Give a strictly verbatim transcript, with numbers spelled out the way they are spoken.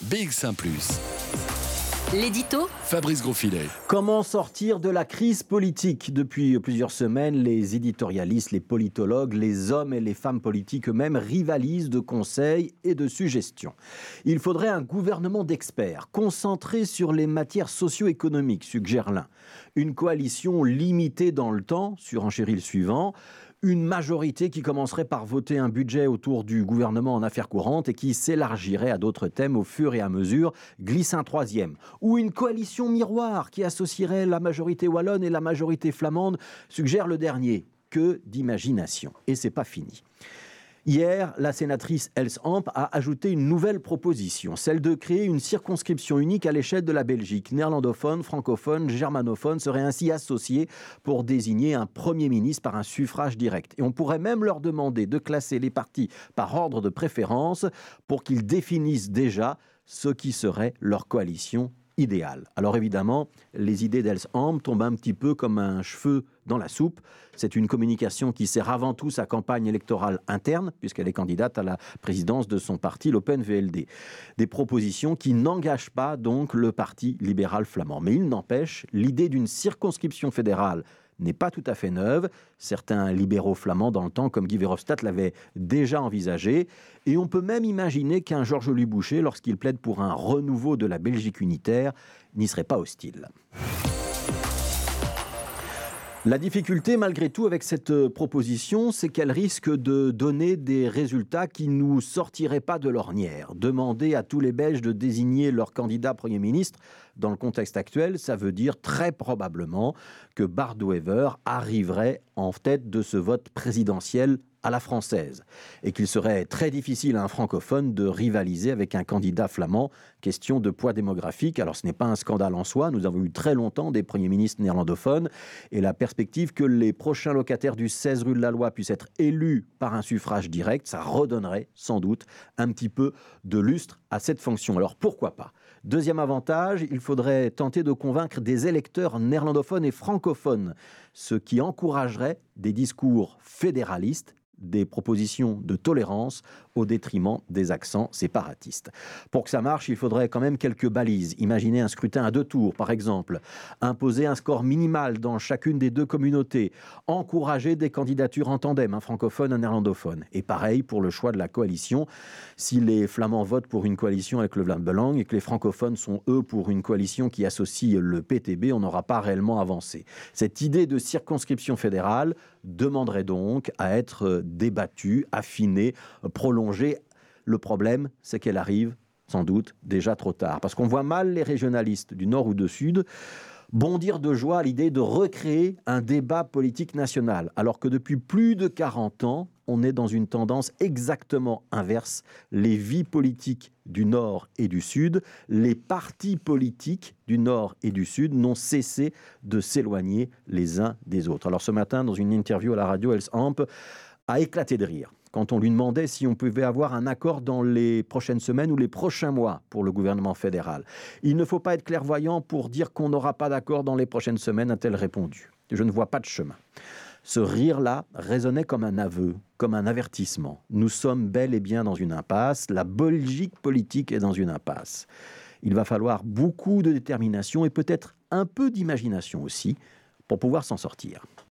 B X un plus. L'édito Fabrice Grosfilet. Comment sortir de la crise politique ? Depuis plusieurs semaines, les éditorialistes, les politologues, les hommes et les femmes politiques eux-mêmes rivalisent de conseils et de suggestions. Il faudrait un gouvernement d'experts concentré sur les matières socio-économiques, suggère l'un. Une coalition limitée dans le temps, surenchérit le suivant. Une majorité qui commencerait par voter un budget autour du gouvernement en affaires courantes et qui s'élargirait à d'autres thèmes au fur et à mesure, glisse un troisième. Ou une coalition miroir qui associerait la majorité wallonne et la majorité flamande, suggère le dernier. Que d'imagination. Et c'est pas fini. Hier, la sénatrice Els Amp a ajouté une nouvelle proposition, celle de créer une circonscription unique à l'échelle de la Belgique. Néerlandophones, francophones, germanophones seraient ainsi associés pour désigner un Premier ministre par un suffrage direct. Et on pourrait même leur demander de classer les partis par ordre de préférence pour qu'ils définissent déjà ce qui serait leur coalition idéal. Alors évidemment, les idées d'Els Amp tombent un petit peu comme un cheveu dans la soupe. C'est une communication qui sert avant tout sa campagne électorale interne, puisqu'elle est candidate à la présidence de son parti, l'Open V L D. Des propositions qui n'engagent pas donc le parti libéral flamand. Mais il n'empêche, l'idée d'une circonscription fédérale n'est pas tout à fait neuve. Certains libéraux flamands dans le temps, comme Guy Verhofstadt, l'avaient déjà envisagé. Et on peut même imaginer qu'un Georges-Louis Boucher, lorsqu'il plaide pour un renouveau de la Belgique unitaire, n'y serait pas hostile. La difficulté, malgré tout, avec cette proposition, c'est qu'elle risque de donner des résultats qui ne nous sortiraient pas de l'ornière. Demander à tous les Belges de désigner leur candidat Premier ministre, dans le contexte actuel, ça veut dire très probablement que Bart De Wever arriverait en tête de ce vote présidentiel à la française, et qu'il serait très difficile à un francophone de rivaliser avec un candidat flamand. Question de poids démographique. Alors ce n'est pas un scandale en soi, nous avons eu très longtemps des premiers ministres néerlandophones, et la perspective que les prochains locataires du seize rue de la Loi puissent être élus par un suffrage direct, ça redonnerait sans doute un petit peu de lustre à cette fonction. Alors pourquoi pas ? Deuxième avantage, il faudrait tenter de convaincre des électeurs néerlandophones et francophones, ce qui encouragerait des discours fédéralistes, des propositions de tolérance au détriment des accents séparatistes. Pour que ça marche, il faudrait quand même quelques balises. Imaginez un scrutin à deux tours, par exemple. Imposer un score minimal dans chacune des deux communautés. Encourager des candidatures en tandem, un francophone, un néerlandophone. Et pareil pour le choix de la coalition. Si les Flamands votent pour une coalition avec le Vlaams Belang et que les francophones sont, eux, pour une coalition qui associe le P T B, on n'aura pas réellement avancé. Cette idée de circonscription fédérale demanderait donc à être débattue, affinée, prolongée. Le problème, c'est qu'elle arrive sans doute déjà trop tard. Parce qu'on voit mal les régionalistes du Nord ou du Sud bondir de joie à l'idée de recréer un débat politique national, alors que depuis plus de quarante ans, on est dans une tendance exactement inverse. Les vies politiques du Nord et du Sud, les partis politiques du Nord et du Sud n'ont cessé de s'éloigner les uns des autres. Alors ce matin, dans une interview à la radio, Els Amp a éclaté de rire quand on lui demandait si on pouvait avoir un accord dans les prochaines semaines ou les prochains mois pour le gouvernement fédéral. Il ne faut pas être clairvoyant pour dire qu'on n'aura pas d'accord dans les prochaines semaines, a-t-elle répondu. Je ne vois pas de chemin. Ce rire-là résonnait comme un aveu, comme un avertissement. Nous sommes bel et bien dans une impasse. La Belgique politique est dans une impasse. Il va falloir beaucoup de détermination et peut-être un peu d'imagination aussi pour pouvoir s'en sortir.